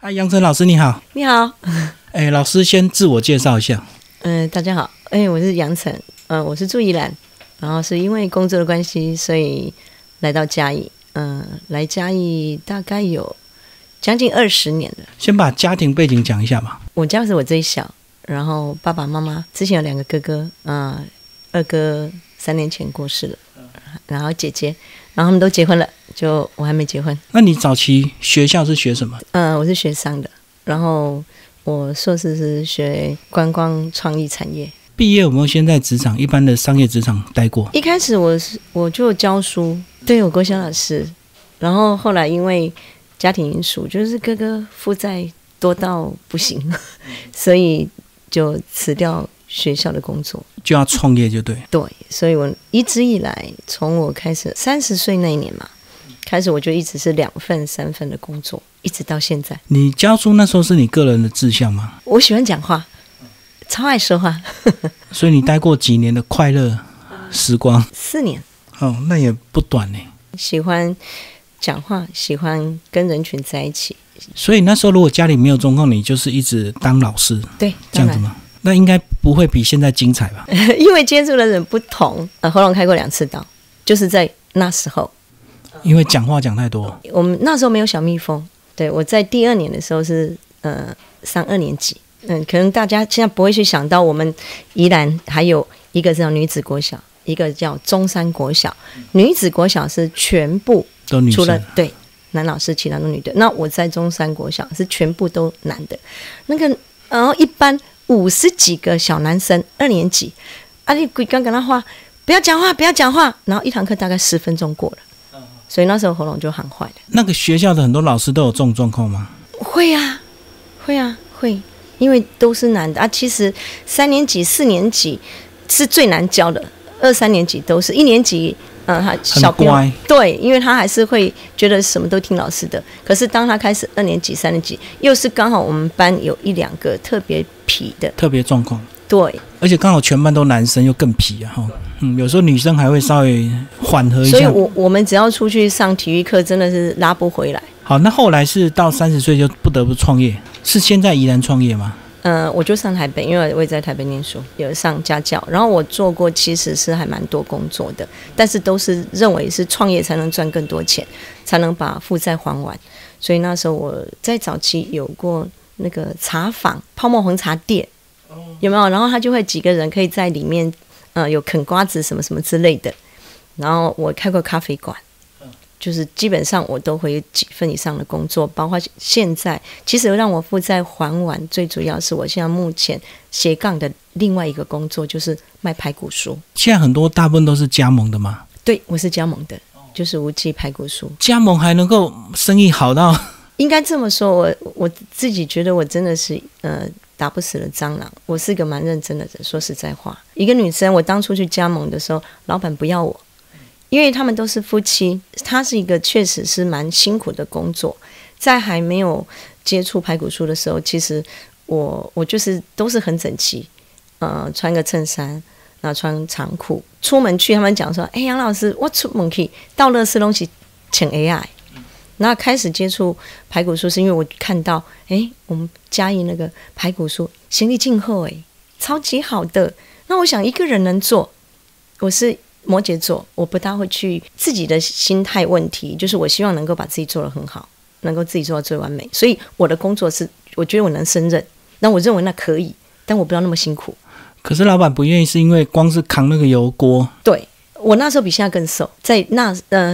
嗨，杨晨老师你好。 你好。 老师先自我介绍一下。 大家好，我是杨晨，我是住宜兰，然后是因为工作的关系，所以来到嘉义，来嘉义大概有将近20年了。 先把家庭背景讲一下嘛。 我家是我最小，然后爸爸妈妈之前有2个哥哥，二哥3年前过世了，然后姐姐，然后他们都结婚了，就我还没结婚。 那你早期学校是学什么？ 我是学商的，然后我硕士是学观光创意产业。 毕业有没有先在职场一般的商业职场待过？ 一开始我就教书，对，我国小老师，然后后来因为家庭因素，就是哥哥负债多到不行，所以就辞掉学校的工作， 就要创业就对。 对，所以我一直以来，从我开始30岁那一年嘛，开始我就一直是2份3份的工作，一直到现在。 你教书那时候是你个人的志向吗？ 我喜欢讲话，超爱说话。 所以你待过几年的快乐时光 ？4年。 哦，那也不短呢。 喜欢讲话，喜欢跟人群在一起。 所以那时候如果家里没有状况，你就是一直当老师。 对， 这样子吗？那应该不会比现在精彩吧？ 因为接触的人不同，喉咙开过2次刀，就是在那时候。 因为讲话讲太多。 我们那时候没有小蜜蜂。对，我在第2年的时候是上2年级。可能大家现在不会去想到，我们宜兰还有一个叫女子国小，一个叫中山国小。女子国小是全部都女生， 除了对男老师，其他都女的。那我在中山国小是全部都男的。那个然后一般50几个小男生，2年级，你刚跟他话不要讲话，不要讲话，然后一堂课大概10分钟过了，所以那时候喉咙就喊坏了。 那个学校的很多老师都有这种状况吗？ 会啊，会，因为都是男的啊。其实3年级、4年级是最难教的，2、3年级都是，1年级他小朋友很乖， 对，因为他还是会觉得什么都听老师的。可是当他开始2年级、3年级，又是刚好我们班有1、2个特别皮的， 特别状况。 对， 而且刚好全班都男生，又更皮啊。有时候女生还会稍微缓和一下。 所以我们只要出去上体育课，真的是拉不回来。 好，那后来是到30岁就不得不创业，是先在宜兰创业吗？ 我就上台北，因为我也在台北念书，有上家教，然后我做过其实是还蛮多工作的，但是都是认为是创业才能赚更多钱，才能把负债还完。所以那时候我在早期有过那个茶坊、泡沫红茶店，有没有？然后他就会几个人可以在里面，有啃瓜子什么什么之类的。然后我开过咖啡馆。就是基本上我都会有几份以上的工作，包括现在其实让我负债还完，最主要是我现在目前斜杠的另外一个工作就是卖排骨酥。 现在很多大部分都是加盟的吗？ 对，我是加盟的，就是无记排骨酥。 加盟还能够生意好到？ 应该这么说，我自己觉得我真的是打不死的蟑螂，我是个蛮认真的人。说实在话，一个女生，我当初去加盟的时候，老板不要我。因为他们都是夫妻，他是一个确实是蛮辛苦的工作。在还没有接触排骨酥的时候，其实我就是都是很整齐，穿个衬衫，然后穿长裤，出门去他们讲说，杨老师，我出门去到垃圾东西请 AI。那开始接触排骨酥是因为我看到，我们嘉义那个排骨酥行李进货，超级好的。那我想一个人能做，我是摩羯座，我不大会去自己的心态问题，就是我希望能够把自己做得很好，能够自己做到最完美。所以我的工作是，我觉得我能胜任，那我认为那可以，但我不要那么辛苦。 可是老板不愿意，是因为光是扛那个油锅。 对，我那时候比现在更瘦，在那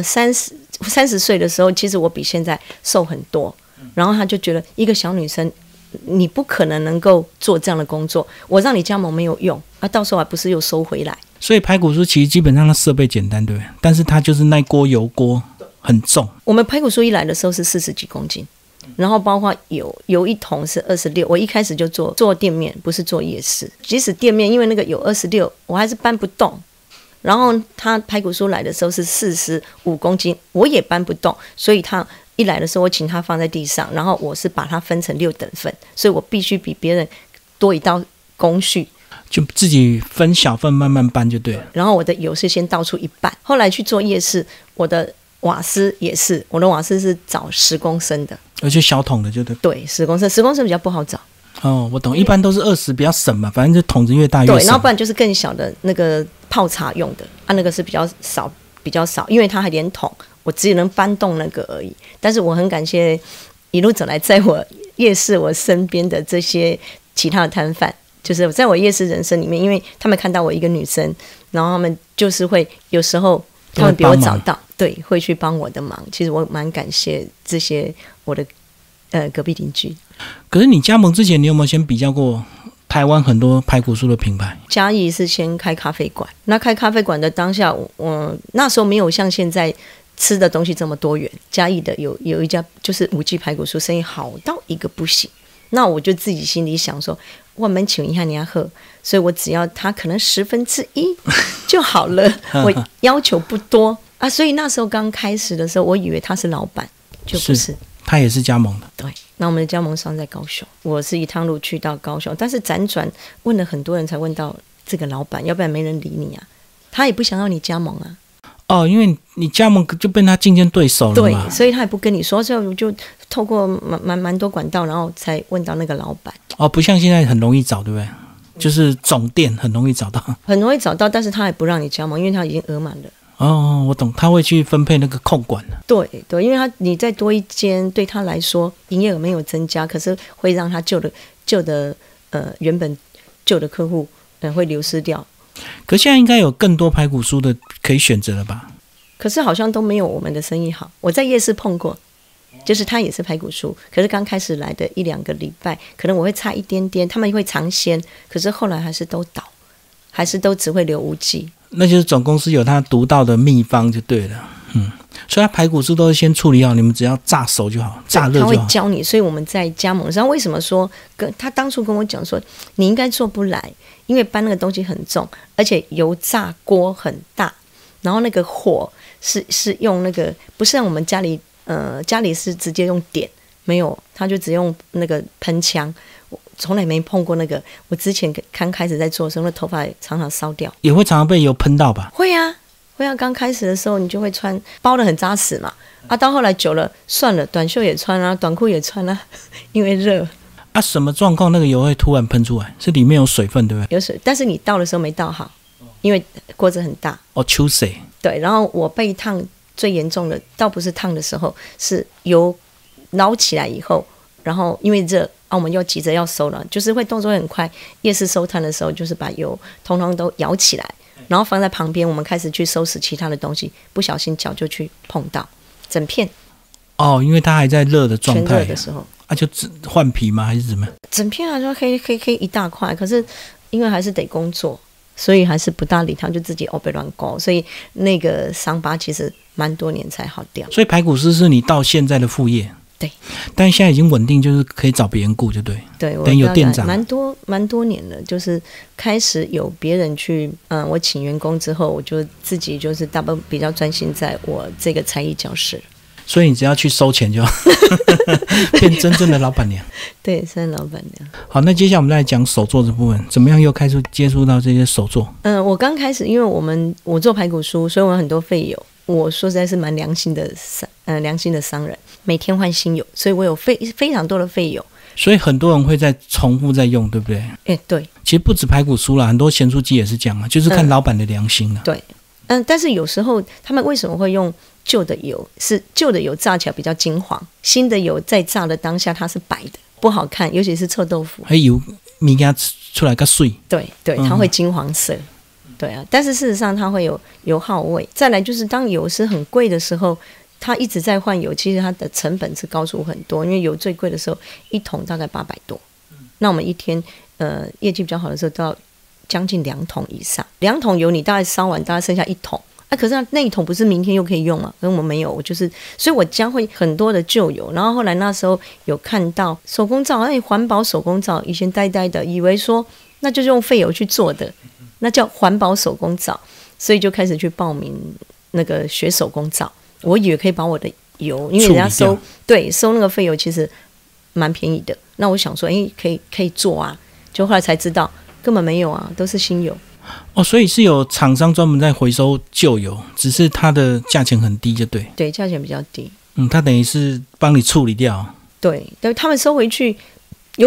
30岁的时候，其实我比现在瘦很多。然后他就觉得一个小女生，你不可能能够做这样的工作，我让你加盟没有用啊，到时候还不是又收回来。所以排骨酥其实基本上它设备简单，对不对？但是它就是那锅油锅很重。 我们排骨酥一来的时候是40几公斤，然后包括油一桶是26。我一开始就做店面，不是做夜市。即使店面，因为那个有26，我还是搬不动。然后他排骨酥来的时候是45公斤，我也搬不动，所以他一来的时候，我请他放在地上，然后我是把它分成6等份，所以我必须比别人多一道工序。 就自己分小份慢慢搬就对了。 然后我的油是先倒出一半，后来去做夜市，我的瓦斯也是，我的瓦斯是找10公升的。 而且小桶的就对。 对，10公升比较不好找。 哦，我懂，一般都是20比较省嘛，反正就桶子越大越省。 对，然后不然就是更小的那个泡茶用的啊，那个是比较少，因为它还连桶，我只能搬动那个而已。但是我很感谢一路走来在我夜市我身边的这些其他的摊贩，就是在我夜市人生里面，因为他们看到我一个女生，然后他们就是会有时候他们比我早到，对，会去帮我的忙。其实我蛮感谢这些我的隔壁邻居。 可是你加盟之前，你有没有先比较过台湾很多排骨酥的品牌？ 嘉义是先开咖啡馆，那开咖啡馆的当下，我那时候没有像现在吃的东西这么多元。嘉义的有一家就是五记排骨酥，生意好到一个不行。那我就自己心里想说，我们请一下你要喝，所以我只要他可能1/10就好了，我要求不多啊。所以那时候刚开始的时候，我以为他是老板，就不是。 他也是加盟的。 对，那我们的加盟商在高雄，我是一趟路去到高雄，但是辗转问了很多人才问到这个老板，要不然没人理你啊。他也不想要你加盟啊。 哦，因为你加盟就变他竞争对手了嘛。 对，所以他也不跟你说，所以我就透过蛮多管道，然后才问到那个老板。 哦，不像现在很容易找，对不对？就是总店很容易找到， 很容易找到，但是他也不让你加盟，因为他已经额满了。 哦，我懂，他会去分配那个控管的。 对对，因为你再多一间，对他来说营业额没有增加，可是会让他旧的原本旧的客户会流失掉。 可现在应该有更多排骨酥的可以选择了吧？ 可是好像都没有我们的生意好。我在夜市碰过，就是他也是排骨酥，可是刚开始来的1-2个礼拜，可能我会差一点点，他们会尝鲜，可是后来还是都倒，还是都只会留无记。 那就是总公司有他独到的秘方就对了。所以他排骨酥都是先处理好，你们只要炸熟就好，炸热就好。 他会教你，所以我们在加盟上为什么说他当初跟我讲说你应该做不来，因为搬那个东西很重，而且油炸锅很大，然后那个火是用那个不是像我们家里是直接用点，没有，他就只用那个喷枪。我从来没碰过那个，我之前刚开始在做的时候，那头发常常烧掉， 也会常常被油喷到吧？ 会啊。刚开始的时候你就会穿包得很扎实嘛，到后来久了算了，短袖也穿啊，短裤也穿啊，因为热啊。什么状况那个油会突然喷出来？是里面有水分对不对？ 有水，但是你倒的时候没倒好，因为锅子很大。 哦，秋水。对， 然后我被烫最严重的倒不是烫的时候，是油捞起来以后，然后因为热我们又急着要收了，就是会动作很快。夜市收摊的时候，就是把油通通都舀起来，然后放在旁边，我们开始去收拾其他的东西，不小心脚就去碰到整片。 哦，因为它还在热的状态， 全热的时候就换皮吗？还是怎么样？ 整片就黑一大块，可是因为还是得工作，所以还是不大理他，就自己被乱勾，所以那个伤疤其实蛮多年才好掉。 所以排骨师是你到现在的副业。 对， 但现在已经稳定，就是可以找别人雇，就对。 对， 等于有店长， 蛮多年了，就是开始有别人去，我请员工之后，我就自己就是比较专心在我这个才艺教室。 所以你只要去收钱就好，变真正的老板娘。 对，算老板娘。 好，那接下来我们再来讲手作这部分，怎么样又开始接触到这些手作？ 我刚开始，因为我做排骨酥，所以我有很多废油。我说实在是蛮良心的商人，每天换新油，所以我有非常多的废油。 所以很多人会在重复在用，对不对？ 对。 其实不止排骨酥啦，很多咸酥鸡也是这样啊，就是看老板的良心啦。 对。但是有时候他们为什么会用旧的油？是旧的油炸起来比较金黄，新的油在炸的当下它是白的，不好看，尤其是臭豆腐。 还油米给它出来个水。 对，它会金黄色。对啊，但是事实上它会有油耗味。再来就是当油是很贵的时候，它一直在换油，其实它的成本是高出很多。因为油最贵的时候，1桶大概800多。那我们一天业绩比较好的时候都要将近2桶以上。2桶油你大概烧完，大概剩下1桶。可是那1桶不是明天又可以用吗？可是我没有，所以我将会很多的旧油。然后后来那时候有看到手工皂，环保手工皂，以前呆呆的以为说那就是用废油去做的。那叫环保手工皂，所以就开始去报名那个学手工皂。我以为可以把我的油，因为人家收那个废油其实蛮便宜的。那我想说，可以做啊，就后来才知道根本没有啊，都是新油。 所以是有厂商专门在回收旧油，只是它的价钱很低，就对。 对，价钱比较低。 它等于是帮你处理掉。 对，但他们收回去有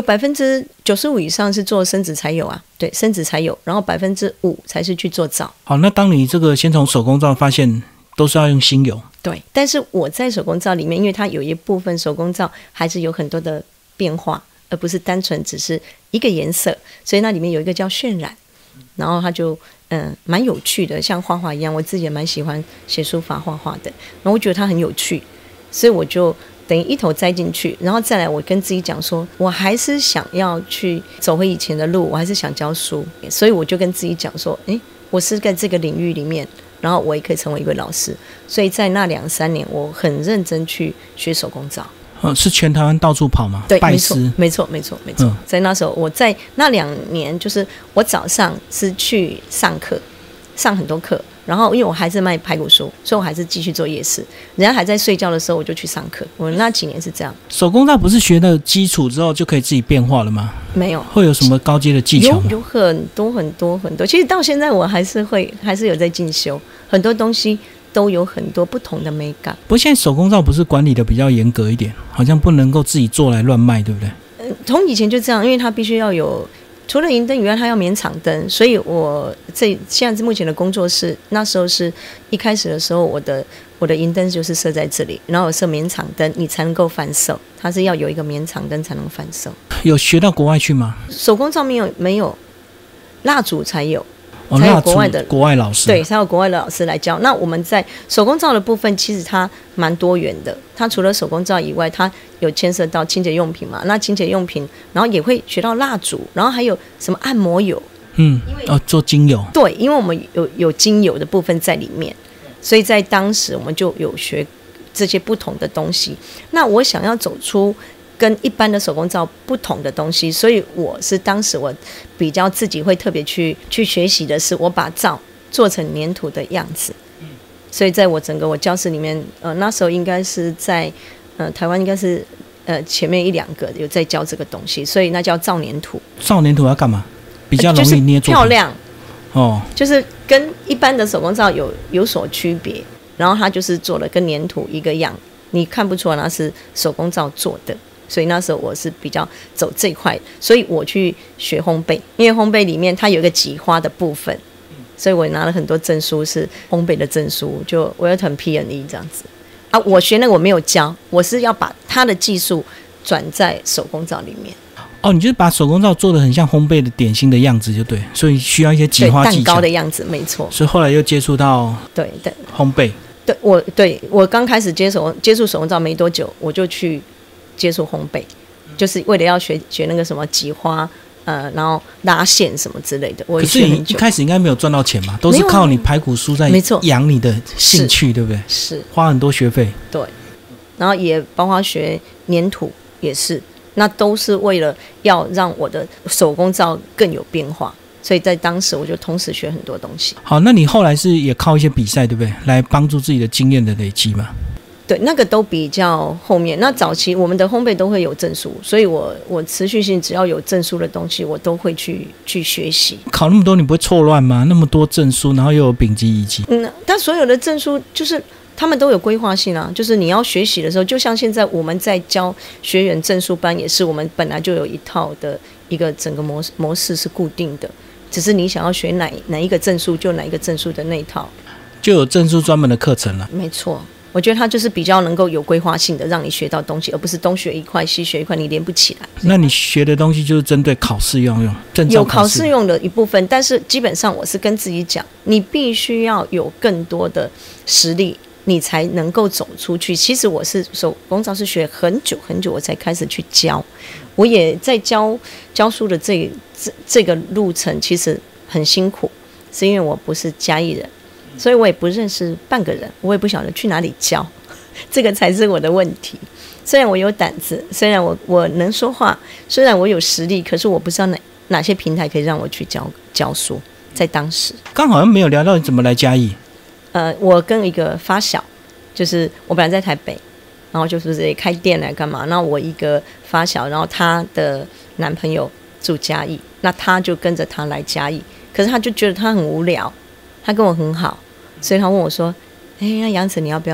95%以上是做生质才有啊，对，生质才有，然后5%才是去做皂。 好，那当你这个先从手工皂发现都是要用精油， 对，但是我在手工皂里面，因为它有一部分手工皂还是有很多的变化，而不是单纯只是一个颜色，所以那里面有一个叫渲染，然后它就蛮有趣的，像画画一样，我自己也蛮喜欢写书法画画的，然后我觉得它很有趣，所以我就等于一头栽进去，然后再来我跟自己讲说，我还是想要去走回以前的路，我还是想教书，所以我就跟自己讲说，我是在这个领域里面，然后我也可以成为一位老师，所以在那2-3年我很认真去学手工皂。 是全台湾到处跑吗？ 对， 拜师， 没错。在那时候，我在那2年，就是我早上是去上课，上很多课，然后因为我还是卖排骨酥，所以我还是继续做夜市。人家还在睡觉的时候，我就去上课。我那几年是这样。 手工皂不是学了基础之后就可以自己变化了吗？ 没有， 会有什么高阶的技巧吗？ 有很多。其实到现在我还是有在进修，很多东西都有很多不同的美感。 不过现在手工皂不是管理的比较严格一点，好像不能够自己做来乱卖，对不对？ 从以前就这样，因为它必须要有，除了银灯以外，它要免场灯，所以我现在目前的工作室，那时候是一开始的时候，我的银灯就是设在这里，然后设免场灯，你才能够贩售，它是要有一个免场灯才能贩售。有学到国外去吗？ 手工皂没有，蜡烛才有。 才有国外老师， 对，才有国外的老师来教。那我们在手工皂的部分，其实它蛮多元的。它除了手工皂以外，它有牵涉到清洁用品嘛？那清洁用品，然后也会学到蜡烛，然后还有什么按摩油， 做精油。 对，因为我们有精油的部分在里面，所以在当时我们就有学这些不同的东西。那我想要走出跟一般的手工皂不同的东西，所以当时我比较自己会特别去学习的是，我把皂做成粘土的样子。所以在我整个我教室里面，那时候应该是在台湾应该是前面1-2个有在教这个东西，所以那叫皂粘土。 皂粘土要干嘛？比较容易捏作品， 漂亮哦， 就是跟一般的手工皂有所区别。然后它就是做了跟粘土一个样，你看不出来那是手工皂做的。所以那时候我是比较走这一块，所以我去学烘焙，因为烘焙里面它有一个挤花的部分，所以我拿了很多证书，是烘焙的证书，就我有很 P&E 这样子啊。我学那个我没有教，我是要把它的技术转在手工皂里面。 哦，你就是把手工皂做得很像烘焙的点心的样子，就对，所以需要一些挤花技巧， 蛋糕的样子，没错。 所以后来又接触到烘焙。 对，我刚开始接触手工皂没多久，我就去接触烘焙，就是为了要学那个什么挤花，然后拉线什么之类的。 可是你一开始应该没有赚到钱嘛，都是靠你排骨酥在养你的兴趣，对不对？ 是花很多学费。 对，然后也包括学粘土也是，那都是为了要让我的手工皂更有变化。所以在当时我就同时学很多东西。 好，那你后来是也靠一些比赛，对不对？来帮助自己的经验的累积嘛？ 对，那个都比较后面。那早期我们的烘焙都会有证书，所以我持续性只要有证书的东西，我都会去学习。 考那么多，你不会错乱吗？那么多证书，然后又有丙级、乙级。 但所有的证书就是他们都有规划性啊，就是你要学习的时候，就像现在我们在教学员证书班，也是我们本来就有一套的一个整个模式是固定的，只是你想要学哪一个证书，就哪一个证书的那一套， 就有证书专门的课程了。 没错。我觉得它就是比较能够有规划性的让你学到东西，而不是东学一块西学一块，你连不起来。 那你学的东西就是针对考试用， 有考试用的一部分，但是基本上我是跟自己讲，你必须要有更多的实力，你才能够走出去。其实我是手工皂是学很久很久我才开始去教，我也在教书的这个路程其实很辛苦，是因为我不是嘉义人，所以我也不认识半个人，我也不晓得去哪里教，这个才是我的问题。虽然我有胆子，虽然我能说话，虽然我有实力，可是我不知道哪些平台可以让我去教书。在当时刚好像没有聊到你怎么来嘉义。 我跟一个发小，就是我本来在台北，然后就是这里开店来干嘛，那我一个发小，然后她的男朋友住嘉义，那他就跟着他来嘉义，可是他就觉得他很无聊，他跟我很好，所以他问我说那杨子你要不要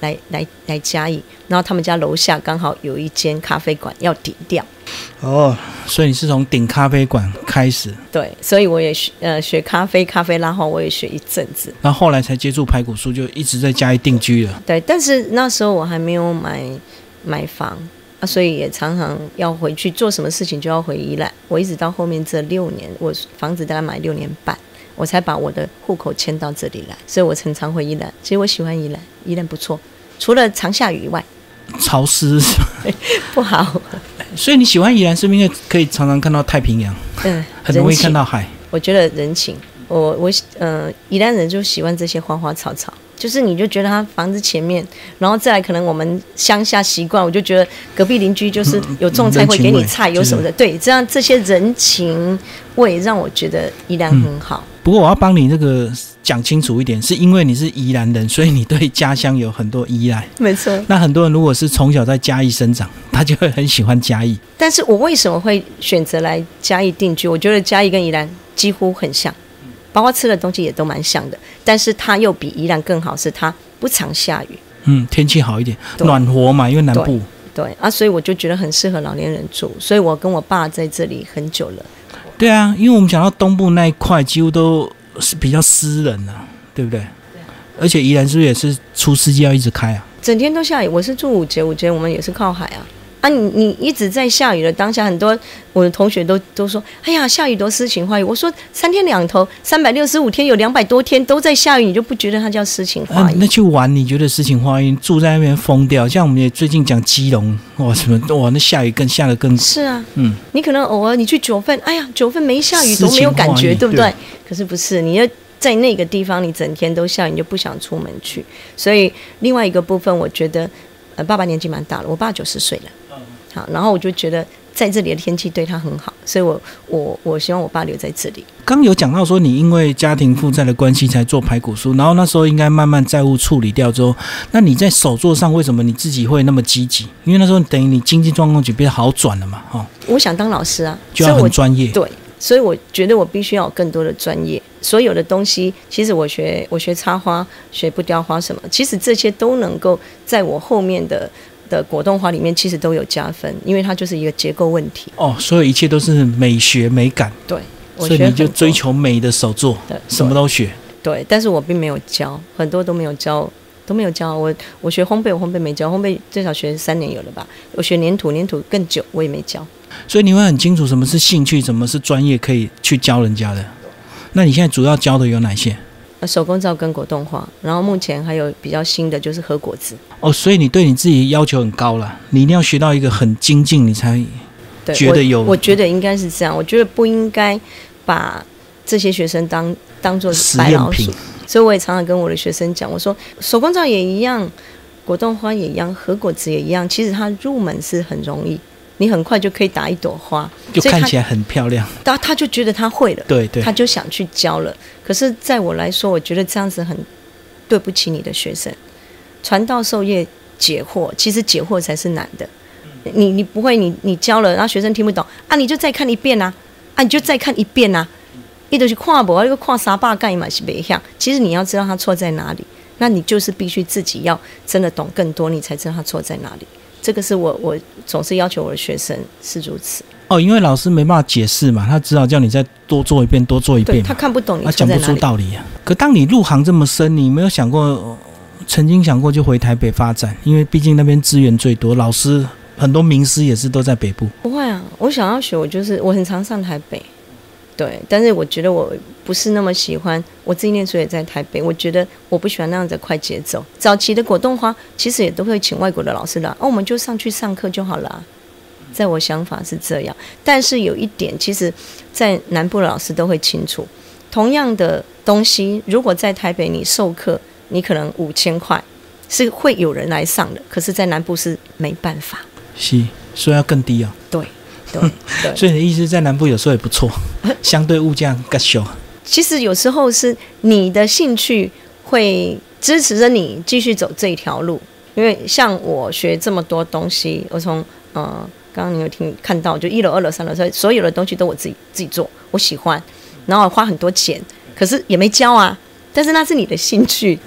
来嘉义，然后他们家楼下刚好有一间咖啡馆要顶掉。 哦，所以你是从顶咖啡馆开始？ 对，所以我也学咖啡拉花，我也学一阵子， 然后后来才接触排骨酥，就一直在嘉义定居了。 对，但是那时候我还没有买房啊，所以也常常要回去做什么事情就要回宜兰。我一直到后面这6年，我房子大概买6年半，我才把我的户口迁到这里来，所以我常常回宜兰。其实我喜欢宜兰，宜兰不错，除了常下雨以外， 潮湿不好。 所以你喜欢宜兰是不是因为可以常常看到太平洋？很容易看到海。 我觉得人情，宜兰人就喜欢这些花花草草，就是你就觉得他房子前面，然后再来可能我们乡下习惯，我就觉得隔壁邻居就是有种菜会给你菜，有什么的，对，这样这些人情味让我觉得宜兰很好。 不过我要帮你这个讲清楚一点，是因为你是宜兰人，所以你对家乡有很多依赖。 没错。 那很多人如果是从小在嘉义生长，他就会很喜欢嘉义。 但是我为什么会选择来嘉义定居？我觉得嘉义跟宜兰几乎很像，包括吃的东西也都蛮像的，但是它又比宜兰更好，是它不常下雨。 天气好一点，暖和嘛，因为南部。 对啊，所以我就觉得很适合老年人住，所以我跟我爸在这里很久了。 对啊，因为我们讲到东部那一块，几乎都是比较私人啊，对不对？而且宜兰是不是也是除湿机要一直开啊？ 整天都下雨。我是住五节，我们也是靠海啊。你一直在下雨的当下，很多我的同学都说，哎呀，下雨多诗情画意。我说3天2头，365天有200多天都在下雨，你就不觉得它叫诗情画意？ 那去玩你觉得诗情画意？住在那边疯掉。像我们也最近讲基隆，那下雨下得更是啊。你可能偶尔你去9份，哎呀，9份没下雨都没有感觉，对不对？可是不是，你要在那个地方，你整天都下雨，你就不想出门去。所以另外一个部分，我觉得，爸爸年纪蛮大了，我爸90岁了。好，然后我就觉得在这里的天气对他很好，所以我希望我爸留在这里。 刚有讲到说你因为家庭负债的关系才做排骨酥，然后那时候应该慢慢债务处理掉之后，那你在手作上为什么你自己会那么积极？因为那时候等于你经济状况就变得好转了嘛， 我想当老师啊， 就要很专业。 对，所以我觉得我必须要有更多的专业。所有的东西，其实我学插花，学不雕花什么，其实这些都能够在我后面的果冻花里面其实都有加分，因为它就是一个结构问题。 所有一切都是美学美感。 对， 所以你就追求美的手作，什么都学。 对，但是我并没有教，很多都没有教。我学烘焙，我烘焙没教，烘焙最少学3年有了吧。我学粘土更久，我也没教。 所以你会很清楚什么是兴趣，什么是专业可以去教人家的。那你现在主要教的有哪些？ 手工皂跟果冻花，然后目前还有比较新的就是和果子。 所以你对你自己要求很高啦，你一定要学到一个很精进，你才觉得有。 我觉得应该是这样，我觉得不应该把这些学生当作白老鼠，所以我也常常跟我的学生讲，我说手工皂也一样，果冻花也一样，和果子也一样，其实它入门是很容易。你很快就可以打一朵花， 就看起来很漂亮。 他就觉得他会了， 对， 他就想去教了。可是在我来说，我觉得这样子很对不起你的学生。传道授业解惑，其实解惑才是难的。你不会，你教了，然后学生听不懂啊，你就再看一遍啊，你就再看一遍啊，你就是看不，那个看3百遍嘛是不一样。其实你要知道他错在哪里，那你就是必须自己要真的懂更多，你才知道他错在哪里。这个是我总是要求我的学生是如此。 因为老师没办法解释嘛，他只好叫你再多做一遍，多做一遍。 他看不懂你错在哪里，他讲不出道理啊。可当你入行这么深，你没有想过，曾经想过就回台北发展？因为毕竟那边资源最多，老师很多名师也是都在北部。 不会啊，我想要学，我很常上台北。对，但是我觉得我不是那么喜欢，我自己念书也在台北，我觉得我不喜欢那样的快节奏。早期的果冻花其实也都会请外国的老师来，我们就上去上课就好了。在我想法是这样，但是有一点，其实在南部的老师都会清楚，同样的东西，如果在台北你授课，你可能5000块是会有人来上的，可是在南部是没办法。 是，所以要更低啊。 对。 所以你的意思在南部有时候也不错，相对物价更小。 其实有时候是你的兴趣会支持着你继续走这一条路，因为像我学这么多东西，我从刚刚你有看到，就1楼、2楼、3楼，所有的东西都我自己做，我喜欢，然后花很多钱，可是也没教啊。但是那是你的兴趣， 对，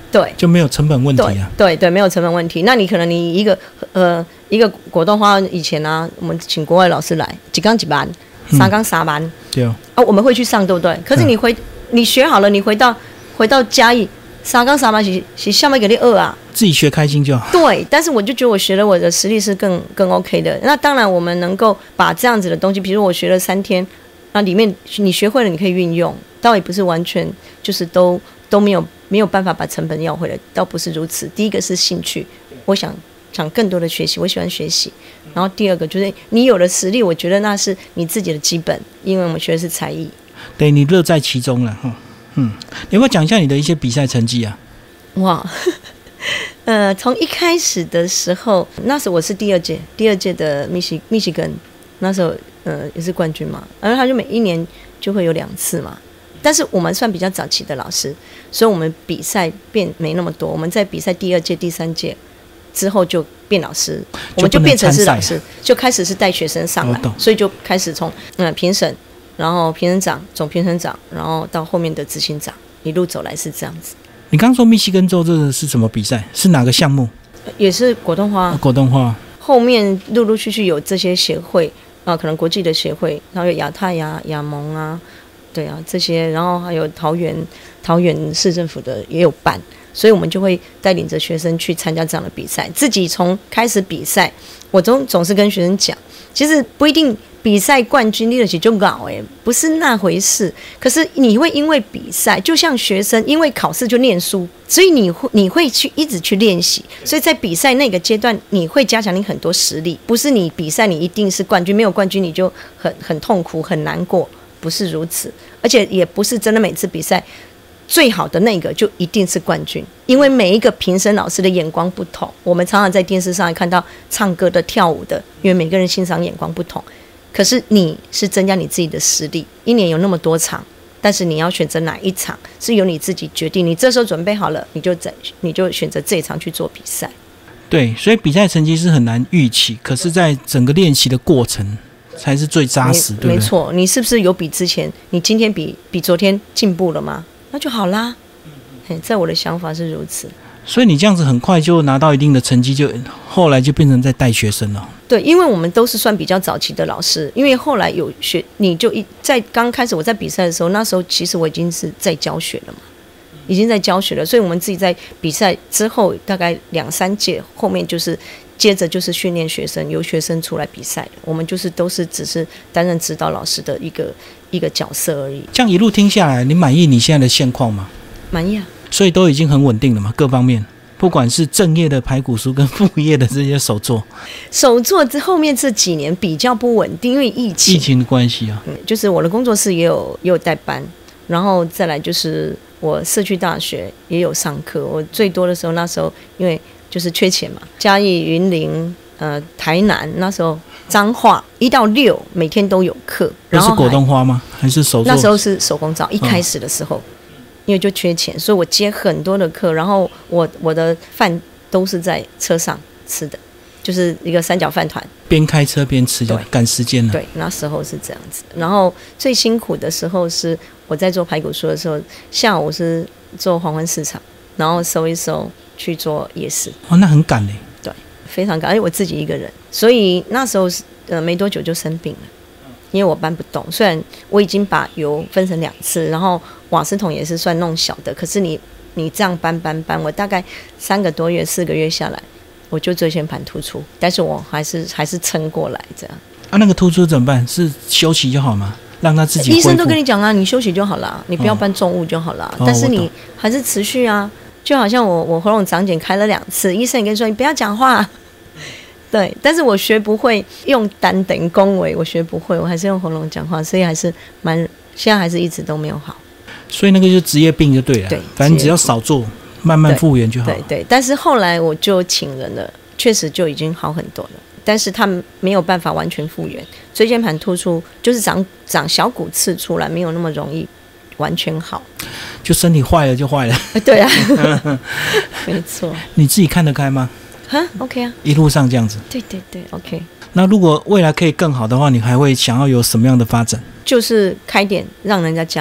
对， 就没有成本问题啊。 对，没有成本问题。那你可能你一个果冻花，以前啊，我们请国外老师来，几缸几班，三缸3班， 对哦， 我们会去上，对不对？可是你学好了，你回到嘉义，三缸3班是下面给你2啊， 自己学开心就好。 对，但是我就觉得我学了，我的实力是更 OK 的。那当然，我们能够把这样子的东西，比如我学了3天，那里面你学会了，你可以运用，倒也不是完全就是都没有办法把成本要回来，倒不是如此。第一个是兴趣，我想更多的学习，我喜欢学习。然后第二个就是你有了实力，我觉得那是你自己的基本，因为我们学的是才艺。 对，你乐在其中了哈。你要不要讲一下你的一些比赛成绩啊？ 哇，从一开始的时候，那时候我是第二届的密西根，那时候也是冠军嘛，然后他就每一年就会有2次嘛。但是我们算比较早期的老师，所以我们比赛变没那么多。我们在比赛第2届、第3届之后就变老师，我们就变成是老师，就开始是带学生上来，所以就开始从评审，然后评审长、总评审长，然后到后面的执行长，一路走来是这样子。 你刚说密西根州这个是什么比赛？是哪个项目？ 也是果冻花。果冻花。后面陆陆续续有这些协会可能国际的协会，然后有亚太呀、亚盟啊。对啊，这些，然后还有桃园市政府的也有办，所以我们就会带领着学生去参加这样的比赛。自己从开始比赛，我总是跟学生讲，其实不一定比赛冠军立得起就搞不是那回事。可是你会因为比赛，就像学生因为考试就念书，所以你会去一直去练习，所以在比赛那个阶段，你会加强你很多实力。不是你比赛你一定是冠军，没有冠军你就很痛苦很难过。不是如此，而且也不是真的每次比赛最好的那个就一定是冠军，因为每一个评审老师的眼光不同。我们常常在电视上看到唱歌的、跳舞的，因为每个人欣赏眼光不同。可是你是增加你自己的实力，一年有那么多场，但是你要选择哪一场是由你自己决定。你这时候准备好了，你就选择这一场去做比赛。 对，所以比赛成绩是很难预期，可是在整个练习的过程才是最扎实，对不对？ 没错，你是不是有比之前，你今天比昨天进步了吗？那就好啦。在我的想法是如此。 所以你这样子很快就拿到一定的成绩，就后来就变成在带学生了。 对，因为我们都是算比较早期的老师，因为后来有学，你就在刚开始我在比赛的时候，那时候其实我已经是在教学了嘛，已经在教学了，所以我们自己在比赛之后大概2-3届，后面就是接着就是训练学生，由学生出来比赛的。我们就是都是只是担任指导老师的一个角色而已。 这样一路听下来，你满意你现在的现况吗？ 满意啊。 所以都已经很稳定了嘛，各方面，不管是正业的排骨酥跟副业的这些手作之后面这几年比较不稳定，因为疫情的关系啊。 就是我的工作室也有带班，然后再来就是我社区大学也有上课。我最多的时候，那时候因为就是缺钱嘛，嘉义、云林、台南，那时候彰化1到6每天都有课。然后是果冻花吗？还是手作？ 那时候是手工皂，一开始的时候。因为就缺钱，所以我接很多的课，然后我的饭都是在车上吃的，就是一个3角饭团， 边开车边吃，就赶时间了。 对，那时候是这样子。然后最辛苦的时候是我在做排骨酥的时候，下午是做黄昏市场，然后收一收去做夜市。 那很赶嘞。 对，非常赶，而且我自己一个人，所以那时候没多久就生病了。因为我搬不动，虽然我已经把油分成2次，然后瓦斯桶也是算弄小的，可是你这样搬，我大概3个多月、4个月下来，我就椎间盘突出，但是我还是撑过来这样。 那个突出怎么办？是休息就好吗？让他自己恢复？ 医生都跟你讲啊，你休息就好了，你不要搬重物就好了。但是你还是持续啊，就好像我喉咙长茧开了2次，医生也跟你说你不要讲话。对，但是我学不会用单等恭维，我学不会，我还是用喉咙讲话，所以还是现在还是一直都没有好。 所以那个就是职业病就对了，对，反正只要少做，慢慢复原就好。 对，但是后来我就请人了，确实就已经好很多了，但是他没有办法完全复原，椎间盘突出就是长小骨刺出来，没有那么容易完全好。 就身体坏了就坏了。 对啊，没错。 你自己看得开吗 ？OK 啊， 一路上这样子。 对 OK。 那如果未来可以更好的话，你还会想要有什么样的发展？ 就是开店让人家加盟。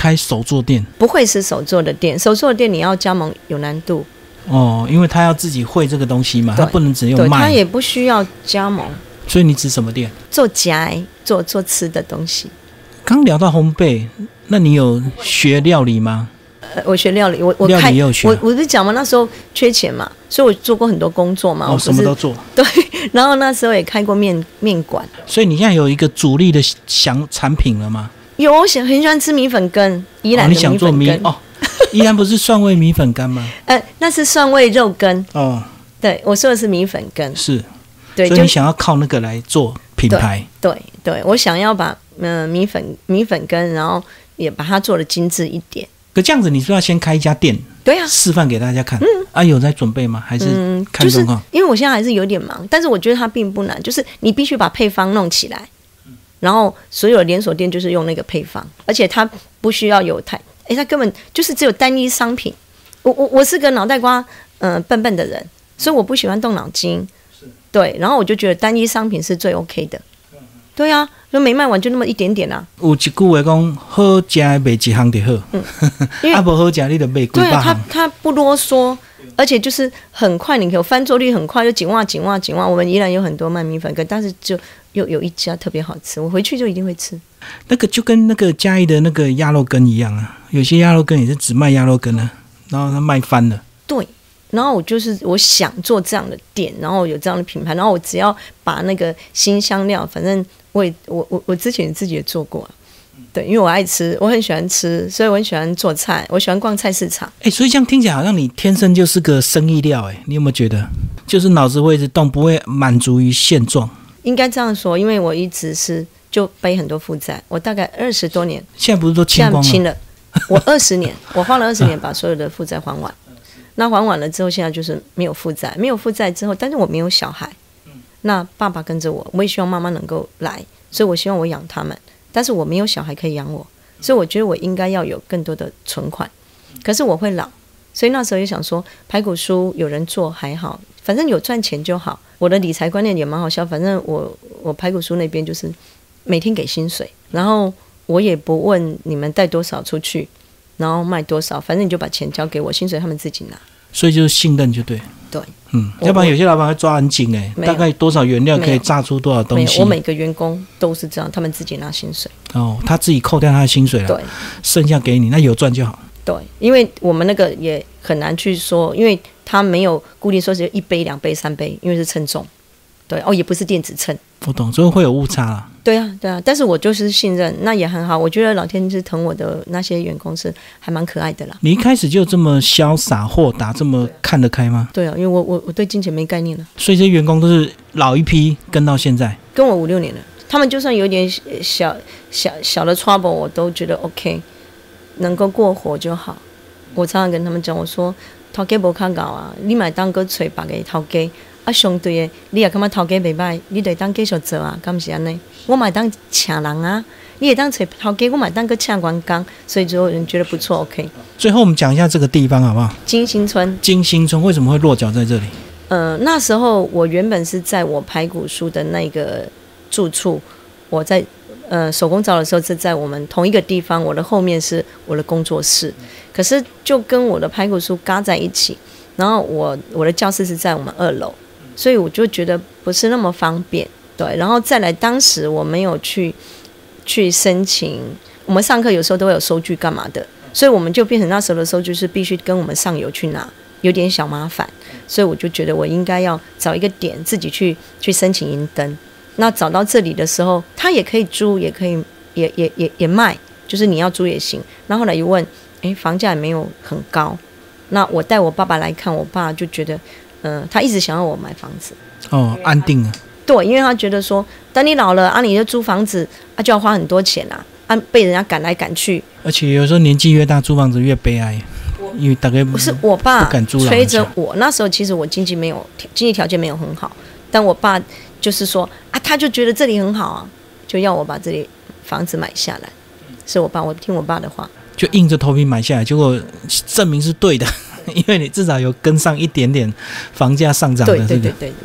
开手作店？ 不会是手做的店，手做的店你要加盟有难度哦，因为他要自己会这个东西嘛，他不能只用卖。 对，他也不需要加盟。 所以你指什么店？ 做夹做吃的东西。 刚聊到烘焙，那你有学料理吗？ 我学料理，我料理也有学。 我不是讲嘛，那时候缺钱嘛，所以我做过很多工作嘛。 哦，什么都做。 对，然后那时候也开过面馆。 所以你现在有一个主力的产品了吗？ 有，我很喜欢吃米粉羹，宜兰的米粉羹。 你想做米哦？宜兰不是蒜味米粉干吗？ 那是蒜味肉羹。 哦， 对，我说的是米粉羹。 是。 对， 所以你想要靠那个来做品牌？ 对，我想要把米粉羹，然后也把它做的精致一点。 可这样子，你是不是要先开一家店？ 对啊， 示范给大家看。有在准备吗？还是看状况？ 因为我现在还是有点忙，但是我觉得它并不难，就是你必须把配方弄起来，然后所有的连锁店就是用那个配方，而且它不需要有它根本就是只有单一商品。我是个脑袋瓜笨笨的人，所以我不喜欢动脑筋。对，然后我就觉得单一商品是最 OK 的。对啊，就没卖完就那么一点点啊。 有一句话讲，好吃的卖一项就好，不好吃你就卖几百项。 对，他不啰嗦，而且就是很快，你有翻桌率很快，就紧哇。我们依然有很多卖米粉羹，但是就有一家特别好吃，我回去就一定会吃。 那个就跟那个嘉义的那个鸭肉羹一样啊，有些鸭肉羹也是只卖鸭肉羹啊，然后他卖翻了。 对。然后我想做这样的店，然后有这样的品牌，然后我只要把那个辛香料，反正我之前自己也做过对，因为我爱吃，我很喜欢吃，所以我很喜欢做菜，我喜欢逛菜市场。 所以这样听起来好像你天生就是个生意料你有没有觉得？就是脑子会一直动，不会满足于现状。 应该这样说，因为我一直是就背很多负债，我大概20多年， 现在不是都清光了？ 清了，我20年，我花了20年把所有的负债还完。那还完了之后，现在就是没有负债，没有负债之后，但是我没有小孩，那爸爸跟着我，我也希望妈妈能够来，所以我希望我养他们，但是我没有小孩可以养我，所以我觉得我应该要有更多的存款，可是我会老，所以那时候也想说，排骨酥有人做还好，反正有赚钱就好。我的理财观念也蛮好笑，反正我排骨酥那边就是每天给薪水，然后我也不问你们带多少出去。然后卖多少，反正你就把钱交给我，薪水他们自己拿。 所以就是信任就对。 对， 要不然有些老板会抓很紧大概多少原料可以榨出多少东西。 我每个员工都是这样，他们自己拿薪水。 他自己扣掉他的薪水了， 对， 剩下给你，那有赚就好。 对，因为我们那个也很难去说，因为他没有固定说是1杯、2杯、3杯，因为是称重。对，也不是电子秤。 我懂，所以会有误差啦。 对啊，但是我就是信任，那也很好。我觉得老天是疼我的那些员工是还蛮可爱的啦。 你一开始就这么潇洒豁达，这么看得开吗？ 对啊，因为我对金钱没概念了。 所以这些员工都是老一批，跟到现在， 跟我5、6年了。他们就算有点小的 trouble， 我都觉得 OK， 能够过活就好。我常常跟他们讲，我说头家无较高啊，你买当个找别个头家。相对的，你也感觉头家袂歹，你得当继续做啊，敢不是安尼？我买当请人啊，你也当找头家，我买当个请员工，所以就有人觉得不错 ，OK。 最后我们讲一下这个地方好不好？ 金星村。 金星村为什么会落脚在这里？ 那时候我原本是在我排骨酥的那个住处，我在手工皂的时候是在我们同一个地方，我的后面是我的工作室，可是就跟我的排骨酥嘎在一起，然后我的教室是在我们2楼。所以我就觉得不是那么方便，对，然后再来，当时我没有去申请，我们上课有时候都会有收据干嘛的，所以我们就变成那时候的收据是必须跟我们上游去拿，有点小麻烦，所以我就觉得我应该要找一个点自己去申请银灯。那找到这里的时候，它也可以租，也可以也卖，就是你要租也行。然后后来一问，房价也没有很高，那我带我爸爸来看，我爸就觉得。他一直想要我买房子， 安定了。 对，因为他觉得说，等你老了你就租房子就要花很多钱被人家赶来赶去。 而且有时候年纪越大，租房子越悲哀，因为大概不是我爸不敢租催着我。那时候其实我经济条件没有很好，但我爸就是说他就觉得这里很好啊，就要我把这里房子买下来。是我听我爸的话， 就硬着头皮买下来，结果证明是对的。因为你至少有跟上一点点房价上涨的， 对。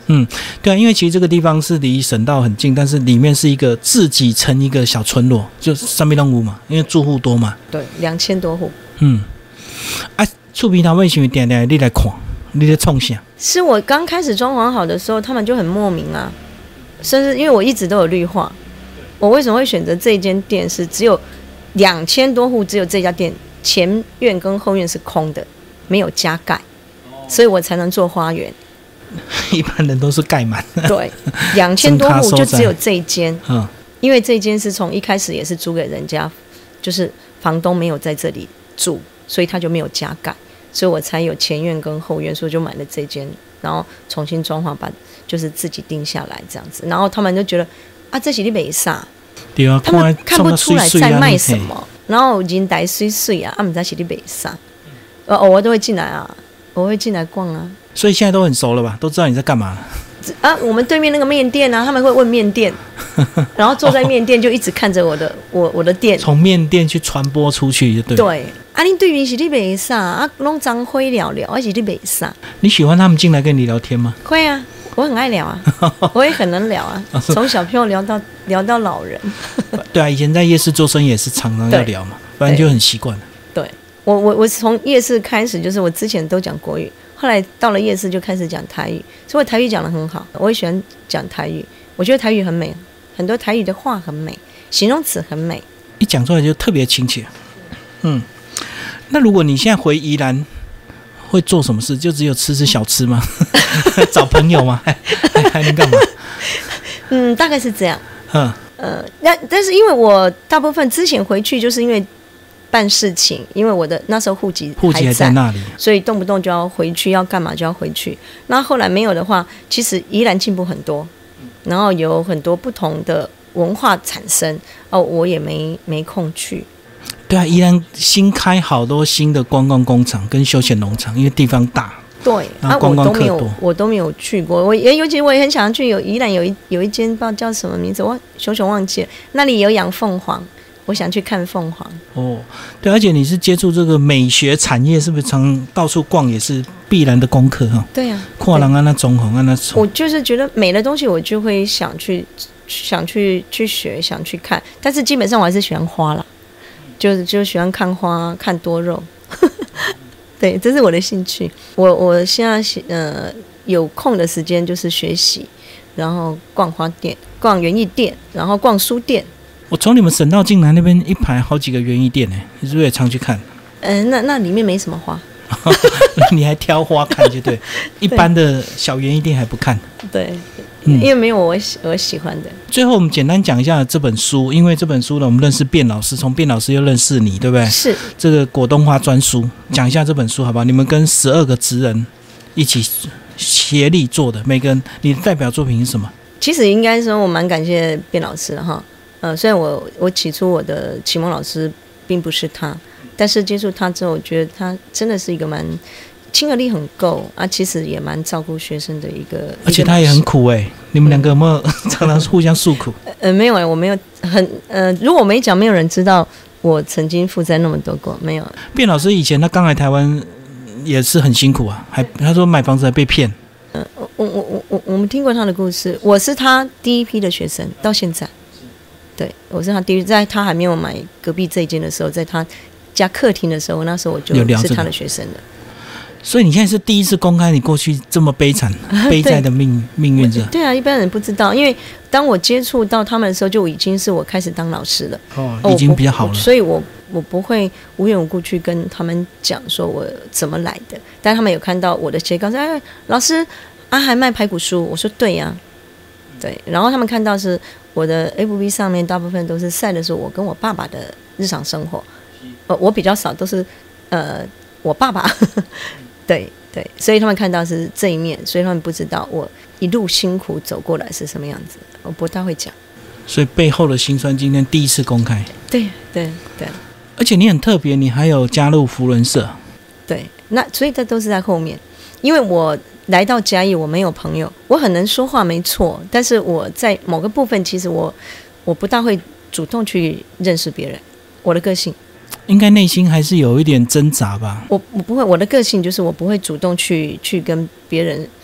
对啊，因为其实这个地方是离省道很近，但是里面是一个自己成一个小村落，就三边东屋嘛，因为住户多嘛。 对，2000多户。 厝边头为什么定定你来看，你在创啥？ 是我刚开始装潢好的时候，他们就很莫名啊，甚至因为我一直都有绿化，我为什么会选择这间店？是只有2000多户，只有这家店前院跟后院是空的，没有加盖，所以我才能做花园。 一般人都是盖满。 对，2000多户就只有这一间。因为这一间是从一开始也是租给人家，就是房东没有在这里住，所以他就没有加盖，所以我才有前院跟后院，所以就买了这间，然后重新装潢，就是自己定下来这样子。然后他们就觉得啊，这是你没啥， 对啊， 他们看不出来在卖什么，然后人台水水啊，不知道是你没啥，偶尔都会进来啊，我会进来逛啊。 所以现在都很熟了吧？都知道你在干嘛了啊？我们对面那个面店啊，他们会问面店，然后坐在面店就一直看着我的店， 从面店去传播出去就对。 对啊，你对面是你没啥啊，弄张灰聊聊，而且你没啥。 你喜欢他们进来跟你聊天吗？ 会啊，我很爱聊啊，我也很能聊啊，从小朋友聊到老人。 对啊，以前在夜市做生意也是常常要聊嘛，不然就很习惯了。 对，我从夜市开始，就是我之前都讲国语。后来到了夜市就开始讲台语，所以我台语讲得很好，我也喜欢讲台语。我觉得台语很美，很多台语的话很美，形容词很美， 一讲出来就特别亲切。那如果你现在回宜兰，会做什么事？就只有吃小吃吗？找朋友吗？还能干嘛？ 大概是这样。但是因为我大部分之前回去就是因为办事情，因为我的那时候户籍还在那里， 所以动不动就要回去，要干嘛就要回去。那后来没有的话，其实宜兰进步很多，然后有很多不同的文化产生我也没空去。 对啊，宜兰新开好多新的观光工厂跟休闲农场，因为地方大。 对啊，我都没有去过。尤其我也很想去，宜兰有一间不知道叫什么名字，我熊忘记了，那里有养凤凰。我想去看凤凰。 对，而且你是接触这个美学产业，是不是常到处逛也是必然的功课哈？ 对啊， 看人啊那种啊那种。 我就是觉得美的东西，我就会想去学，想去看。但是基本上我还是喜欢花啦，就喜欢看花，看多肉。对，这是我的兴趣。我现在有空的时间就是学习，然后逛花店、逛园艺店，然后逛书店。 我从你们省道进来那边一排好几个园艺店你是不是也常去看？ 那里面没什么花。 你还挑花看就对，一般的小园艺店还不看。 对，因为没有我喜欢的。 最后我们简单讲一下这本书，因为这本书呢，我们认识卞老师，从卞老师又认识你，对不对？ 是这个果冻花专书，讲一下这本书好不好？你们跟12个职人一起协力做的，每个人你的代表作品是什么？ 其实应该说我蛮感谢卞老师的哈。虽然我起初我的启蒙老师并不是他，但是接触他之后，我觉得他真的是一个蛮亲和力很够啊，其实也蛮照顾学生的一个， 而且他也很苦你们两个有没有常常互相诉苦？ 没有我没有如果我没讲，没有人知道我曾经负债那么多过，没有。卞老师以前他刚来台湾也是很辛苦啊，他说买房子还被骗。 我们听过他的故事，我是他第一批的学生，到现在。对，我是他第一，在他还没有买隔壁这一间的时候，在他家客厅的时候，那时候我就是他的学生了。 所以你现在是第一次公开你过去这么悲惨、悲哉的命运者。 对啊，一般人不知道，因为当我接触到他们的时候，就已经是我开始当老师了。 已经比较好了。 所以我不会无缘无故去跟他们讲说我怎么来的，但他们有看到我的斜杠说：“哎，老师还卖排骨酥。”我说：“对呀。”对，然后他们看到是我的 FB 上面大部分都是晒的是我跟我爸爸的日常生活，我比较少都是我爸爸，对，所以他们看到是这一面，所以他们不知道我一路辛苦走过来是什么样子，我不太会讲，所以背后的辛酸今天第一次公开。 对， 而且你很特别，你还有加入扶轮社。 对，那所以这都是在后面，因为我来到嘉义，我没有朋友，我很能说话没错，但是我在某个部分其实我不大会主动去认识别人，我的个性应该内心还是有一点挣扎吧。 我不会，我的个性就是我不会主动去跟别人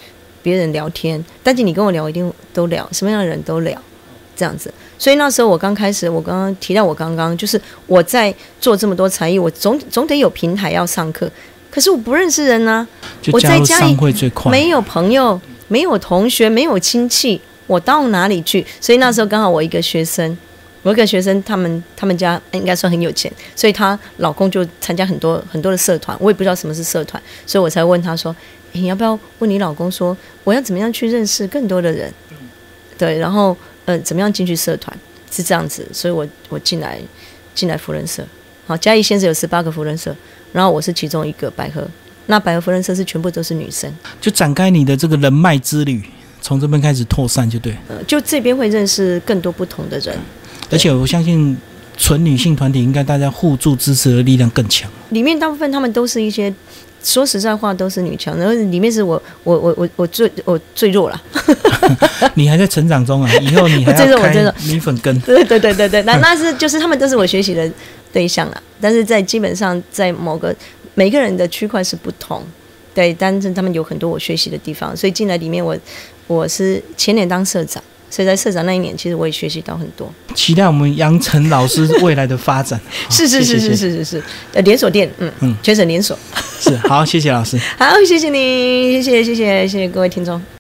别人聊天，但是你跟我聊一定都聊，什么样的人都聊，这样子。所以那时候我刚开始，我刚刚提到就是我在做这么多才艺，我总得有平台要上课，可是我不认识人啊， 就加入商会最快， 没有朋友，没有同学，没有亲戚，我到哪里去？所以那时候刚好我一个学生，他们家应该算很有钱，所以她老公就参加很多很多的社团，我也不知道什么是社团，所以我才问他说：“你要不要问你老公说，我要怎么样去认识更多的人？对，然后怎么样进去社团？是这样子，所以我进来扶轮社。好，嘉义县是有18个扶轮社，然后我是其中一个百合。那百合扶轮社是全部都是女生， 就展开你的这个人脉之旅，从这边开始扩散就对。 就这边会认识更多不同的人。” 而且我相信纯女性团体应该大家互助支持的力量更强， 里面大部分他们都是一些说实在话都是女强，然后里面是我最弱了。 你还在成长中啊，以后你还要开米粉羹。 对，那是就是他们都是我学习的对象啦，但是在基本上在每个人的区块是不同，对，但是他们有很多我学习的地方，所以进来里面我是前年当社长。所以在社长那一年，其实我也学习到很多。 期待我们杨晨老师未来的发展。 是，连锁店，全省连锁。 是，好，谢谢老师。 好，谢谢你，谢谢各位听众。